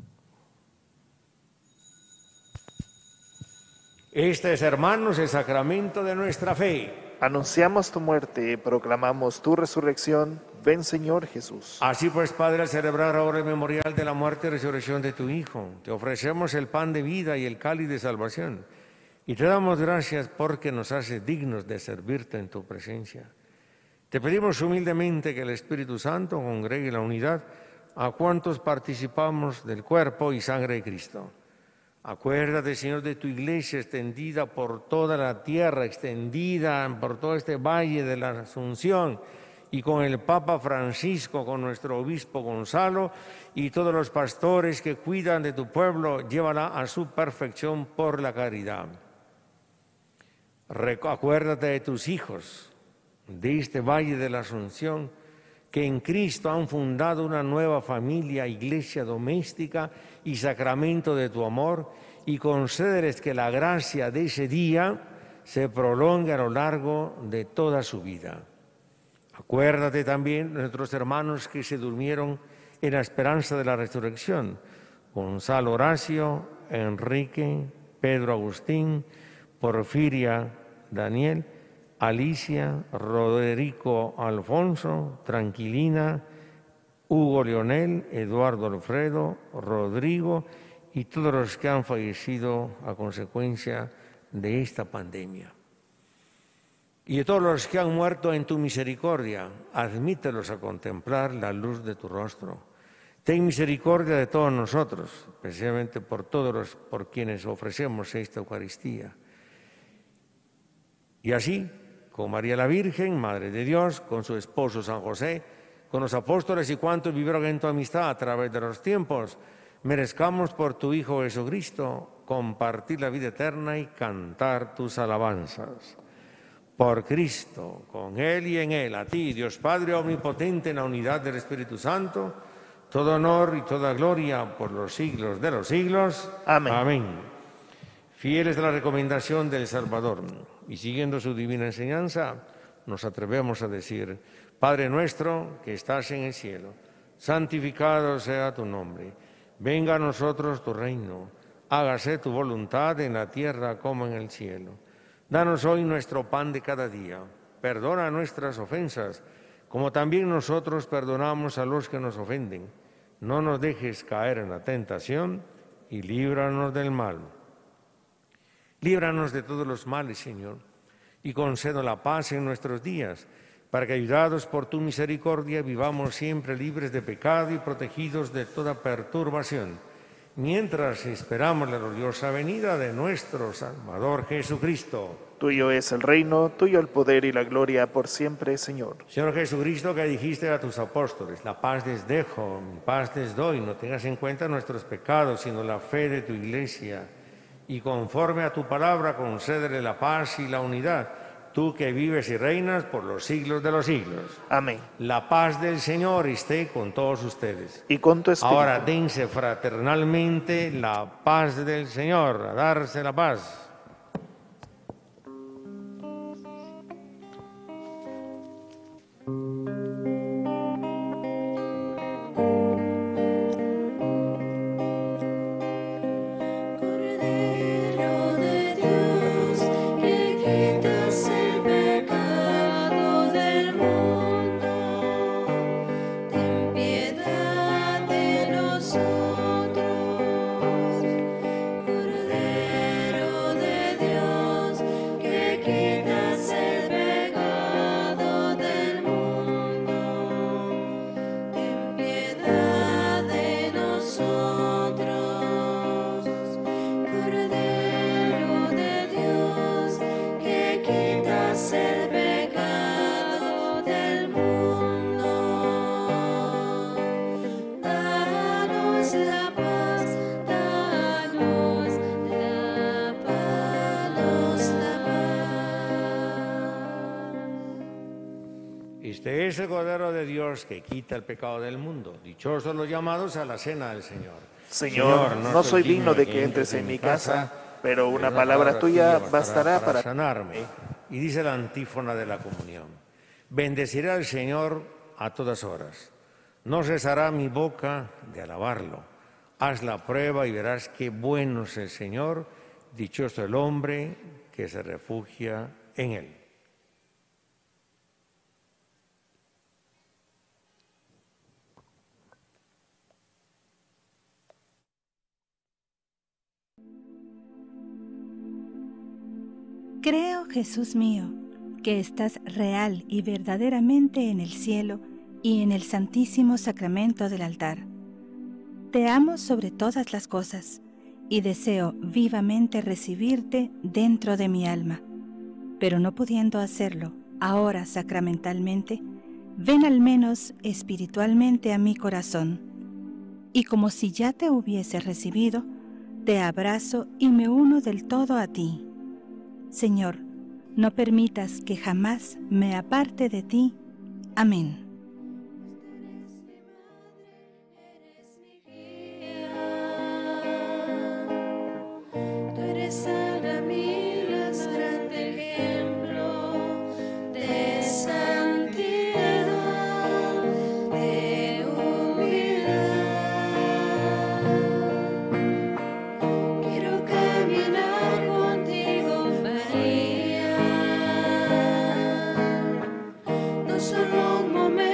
Este es, hermanos, el sacramento de nuestra fe. Anunciamos tu muerte, proclamamos tu resurrección. Ven, Señor Jesús. Así pues, Padre, al celebrar ahora el memorial de la muerte y resurrección de tu Hijo, te ofrecemos el pan de vida y el cáliz de salvación. Y te damos gracias porque nos haces dignos de servirte en tu presencia. Te pedimos humildemente que el Espíritu Santo congregue la unidad a cuantos participamos del cuerpo y sangre de Cristo. Acuérdate, Señor, de tu iglesia extendida por toda la tierra, extendida por todo este valle de la Asunción, y con el Papa Francisco, con nuestro obispo Gonzalo y todos los pastores que cuidan de tu pueblo, llévala a su perfección por la caridad. Acuérdate de tus hijos de este valle de la Asunción, que en Cristo han fundado una nueva familia, iglesia doméstica y sacramento de tu amor, y concédeles que la gracia de ese día se prolongue a lo largo de toda su vida. Acuérdate también de nuestros hermanos que se durmieron en la esperanza de la resurrección: Gonzalo Horacio, Enrique, Pedro Agustín, Porfiria Daniel, Alicia, Roderico Alfonso, Tranquilina, Hugo Leonel, Eduardo Alfredo, Rodrigo y todos los que han fallecido a consecuencia de esta pandemia. Y de todos los que han muerto en tu misericordia, admítelos a contemplar la luz de tu rostro. Ten misericordia de todos nosotros, especialmente por todos los por quienes ofrecemos esta Eucaristía. Y así, con María la Virgen, Madre de Dios, con su esposo San José, con los apóstoles y cuantos vivieron en tu amistad a través de los tiempos, merezcamos por tu Hijo Jesucristo compartir la vida eterna y cantar tus alabanzas. Por Cristo, con Él y en Él, a ti, Dios Padre Omnipotente, en la unidad del Espíritu Santo, todo honor y toda gloria por los siglos de los siglos. Amén. Amén. Fieles a la recomendación del Salvador y siguiendo su divina enseñanza, nos atrevemos a decir: Padre nuestro que estás en el cielo, santificado sea tu nombre. Venga a nosotros tu reino. Hágase tu voluntad en la tierra como en el cielo. Danos hoy nuestro pan de cada día. Perdona nuestras ofensas, como también nosotros perdonamos a los que nos ofenden. No nos dejes caer en la tentación y líbranos del mal. Líbranos de todos los males, Señor, y concédenos la paz en nuestros días, para que, ayudados por tu misericordia, vivamos siempre libres de pecado y protegidos de toda perturbación, mientras esperamos la gloriosa venida de nuestro Salvador Jesucristo. Tuyo es el reino, tuyo el poder y la gloria por siempre, Señor. Señor Jesucristo, que dijiste a tus apóstoles: la paz les dejo, mi paz les doy, no tengas en cuenta nuestros pecados, sino la fe de tu Iglesia. Y conforme a tu palabra, concédele la paz y la unidad, tú que vives y reinas por los siglos de los siglos. Amén. La paz del Señor esté con todos ustedes. Y con tu espíritu. Ahora dense fraternalmente la paz del Señor, a darse la paz. Cordero de Dios, que quitas el pecado del mundo, ten piedad de nosotros. Cordero de Dios, que quitas el pecado del mundo, ten piedad de nosotros. Cordero de Dios, que quitas el pecado del mundo, danos la paz, danos la paz, la paz. Este es el Cordero de Dios que quita el pecado del mundo. Dichosos los llamados a la cena del Señor. Señor, no soy digno de que entres en mi casa, pero una palabra tuya bastará para sanarme. Y dice la antífona de la comunión: bendeciré al Señor a todas horas. No cesará mi boca de alabarlo. Haz la prueba y verás qué bueno es el Señor. Dichoso el hombre que se refugia en él. Creo, Jesús mío, que estás real y verdaderamente en el cielo y en el santísimo sacramento del altar. Te amo sobre todas las cosas y deseo vivamente recibirte dentro de mi alma, pero no pudiendo hacerlo ahora sacramentalmente, ven al menos espiritualmente a mi corazón, y como si ya te hubiese recibido, te abrazo y me uno del todo a ti. Señor, no permitas que jamás me aparte de ti. Amén. Tú eres para mí el más grande ejemplo de santidad, de humildad. Quiero caminar contigo, María, no solo un momento.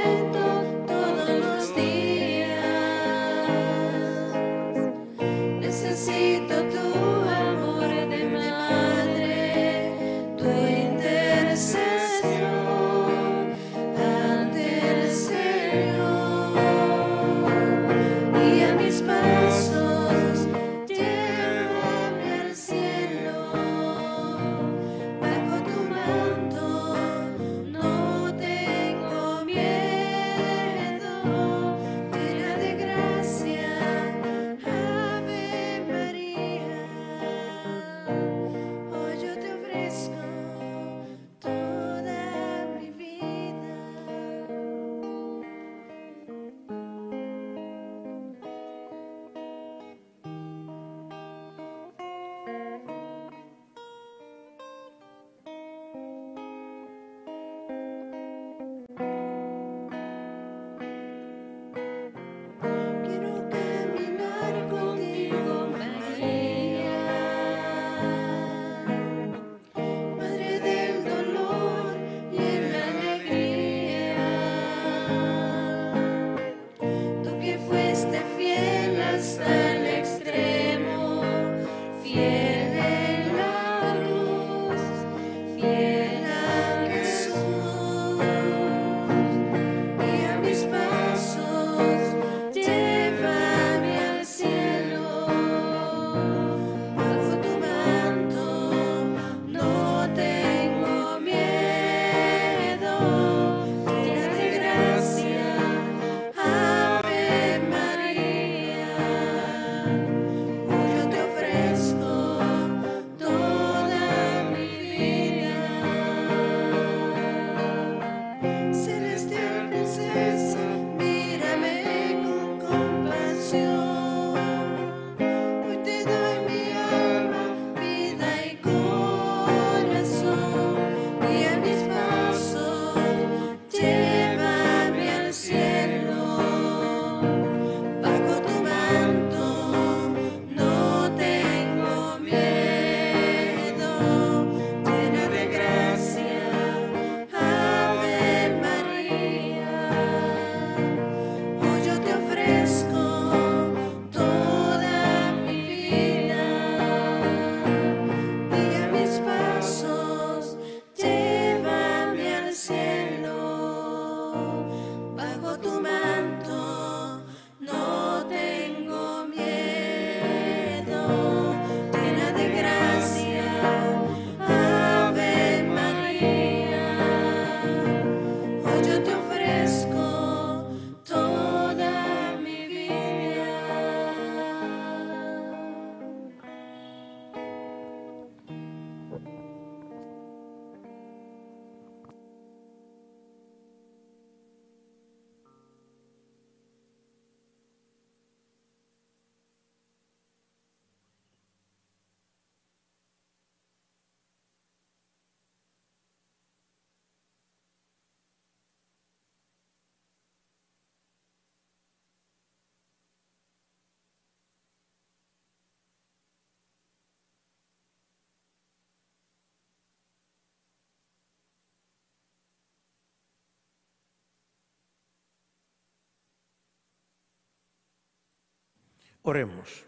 Oremos.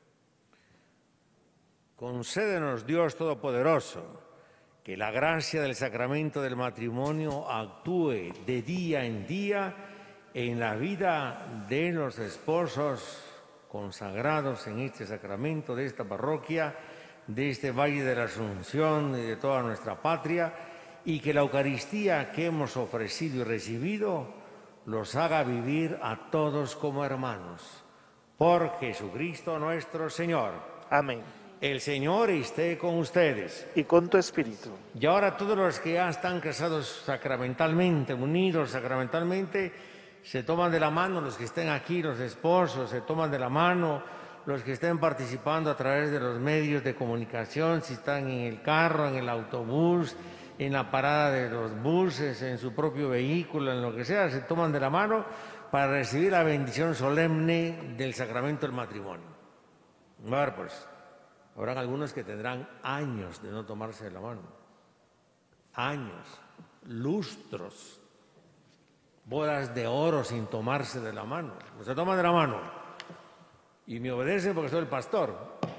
Concédenos, Dios Todopoderoso, que la gracia del sacramento del matrimonio actúe de día en día en la vida de los esposos consagrados en este sacramento de esta parroquia, de este Valle de la Asunción y de toda nuestra patria, y que la Eucaristía que hemos ofrecido y recibido los haga vivir a todos como hermanos. Por Jesucristo nuestro Señor. Amén. El Señor esté con ustedes. Y con tu espíritu. Y ahora todos los que ya están casados sacramentalmente, unidos sacramentalmente, se toman de la mano, los que estén aquí, los esposos, se toman de la mano, los que estén participando a través de los medios de comunicación, si están en el carro, en el autobús, en la parada de los buses, en su propio vehículo, en lo que sea, se toman de la mano para recibir la bendición solemne del sacramento del matrimonio. A ver, pues, habrán algunos que tendrán años de no tomarse de la mano. Años, lustros, bodas de oro sin tomarse de la mano. No se toman de la mano. Y me obedecen porque soy el pastor.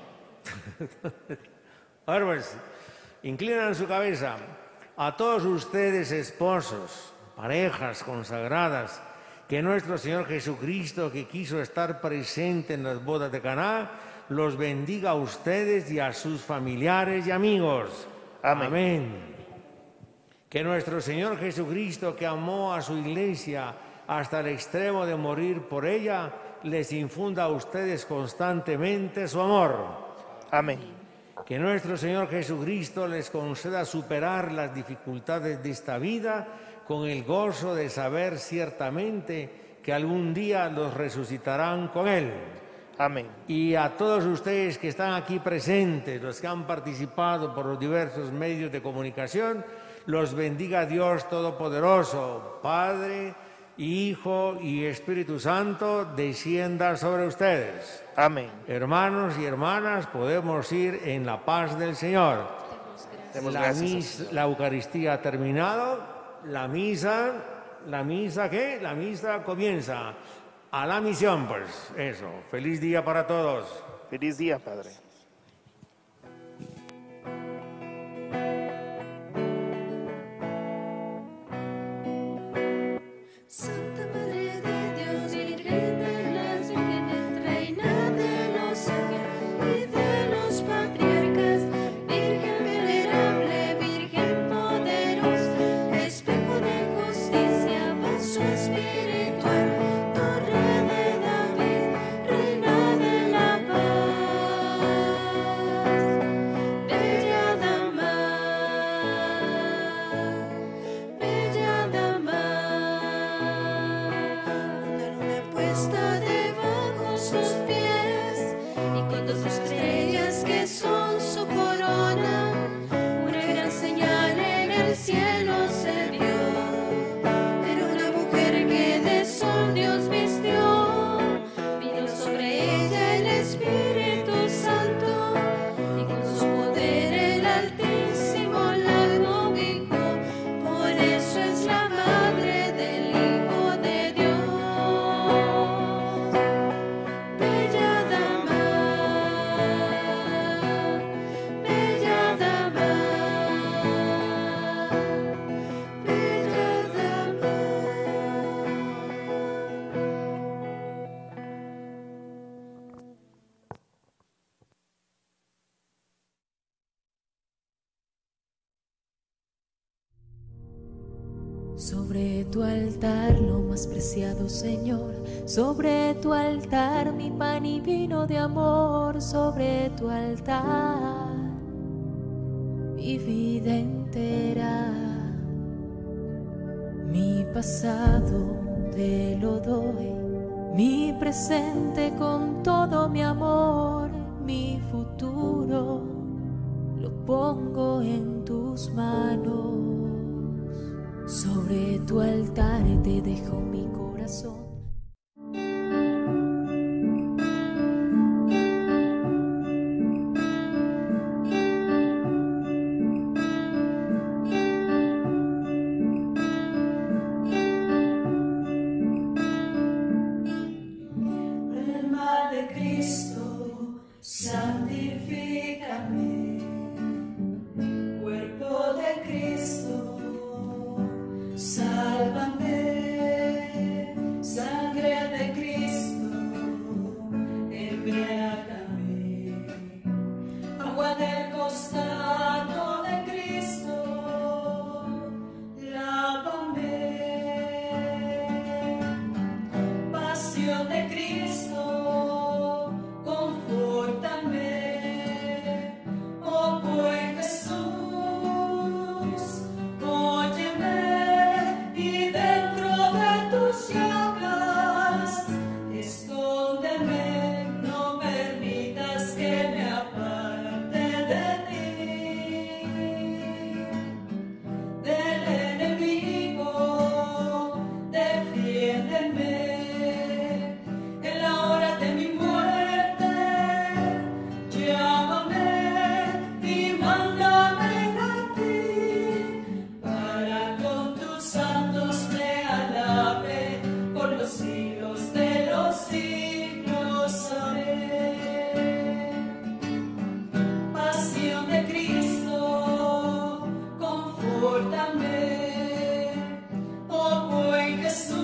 A ver, pues, inclinan su cabeza. A todos ustedes, esposos, parejas consagradas, que nuestro Señor Jesucristo, que quiso estar presente en las bodas de Caná, los bendiga a ustedes y a sus familiares y amigos. Amén. Amén. Que nuestro Señor Jesucristo, que amó a su iglesia hasta el extremo de morir por ella, les infunda a ustedes constantemente su amor. Amén. Que nuestro Señor Jesucristo les conceda superar las dificultades de esta vida con el gozo de saber ciertamente que algún día los resucitarán con Él. Amén. Y a todos ustedes que están aquí presentes, los que han participado por los diversos medios de comunicación, los bendiga Dios Todopoderoso, Padre, Hijo y Espíritu Santo, descienda sobre ustedes. Amén. Hermanos y hermanas, podemos ir en la paz del Señor. Demos gracias. La Eucaristía ha terminado, la misa, ¿qué? La misa comienza. A la misión, pues, eso. Feliz día para todos. Feliz día, Padre. Santa Madre de Dios, Virgen de las Vírgenes, Reina de los ángeles y de los patriarcas, Virgen venerable, Virgen poderosa, espejo de justicia, vaso espiritual, torre de David, Reina de la paz, bella dama, bella dama. Una luna puesta debajo sus pies y con dos estrellas que son su corona, una gran señal en el cielo se vio. Era una mujer que de sol Dios vistió, vino sobre ella el Espíritu Santo y con su poder el Altísimo la cobijó. Por eso es la madre del Hijo de Dios. Bella dama, bella dama, bella dama. Sobre tu altar lo más preciado, Señor, sobre tu altar mi pan y vino de amor, sobre tu altar mi vida entera, mi pasado te lo doy, mi presente con todo mi amor, mi futuro lo pongo en tus manos. Sobre tu altar te dejo mi corazón. Alma de Cristo. de Cristo, confórtame. Oh buen Jesús, óyeme, y dentro de tus llagas, escóndeme, no permitas que me aparte de ti. Del enemigo, defiéndeme. En la hora de mi muerte, llámame y mándame a ti, para con tus santos te alabe por los siglos de los siglos. Amén. Pasión de Cristo, confórtame. Oh buen Jesús,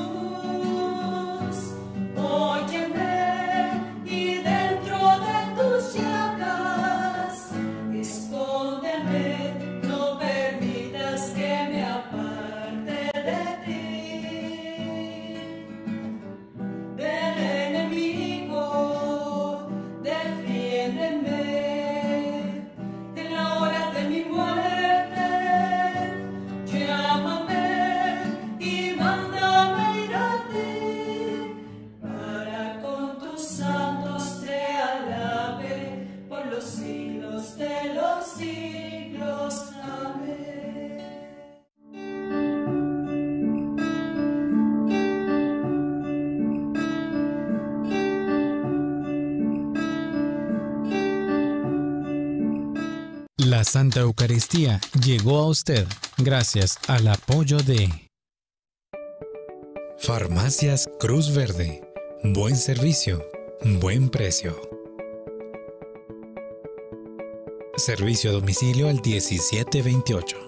óyeme, y dentro de tus llagas, escóndeme, no permitas que me aparte de ti. Del enemigo, defiéndeme. En la hora de mi muerte, llámame y mándame ir a ti, para con tus santos te alabe por los siglos de los siglos. Amén. La Santa Eucaristía llegó a usted gracias al apoyo de Farmacias Cruz Verde. Buen servicio, buen precio. Servicio a domicilio al 1728.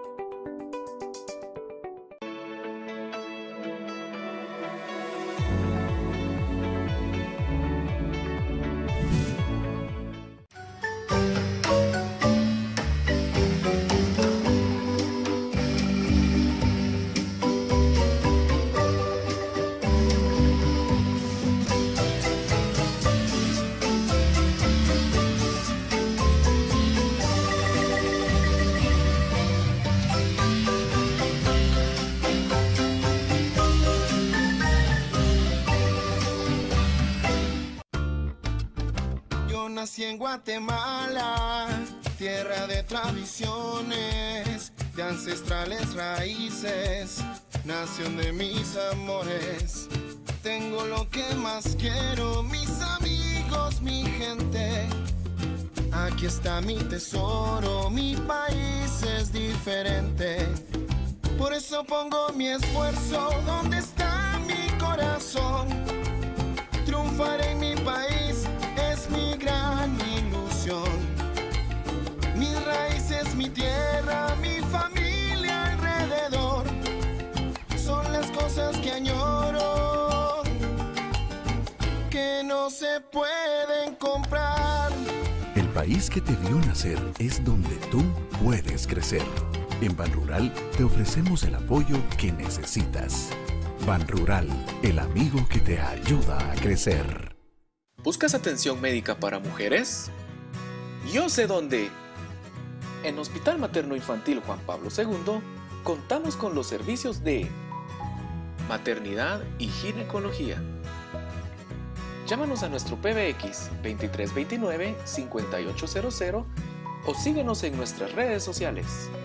Nací en Guatemala, tierra de tradiciones, de ancestrales raíces, nación de mis amores. Tengo lo que más quiero, mis amigos, mi gente. Aquí está mi tesoro, mi país es diferente. Por eso pongo mi esfuerzo donde está mi corazón. Triunfar en mi país es mi gran ilusión. Mis raíces, mi tierra, mi familia alrededor, son las cosas que añoro, que no se pueden comprar. El país que te vio nacer es donde tú puedes crecer. En Banrural te ofrecemos el apoyo que necesitas. Banrural, el amigo que te ayuda a crecer. ¿Buscas atención médica para mujeres? Yo sé dónde. En Hospital Materno Infantil Juan Pablo II contamos con los servicios de maternidad y ginecología. Llámanos a nuestro PBX 2329-5800 o síguenos en nuestras redes sociales.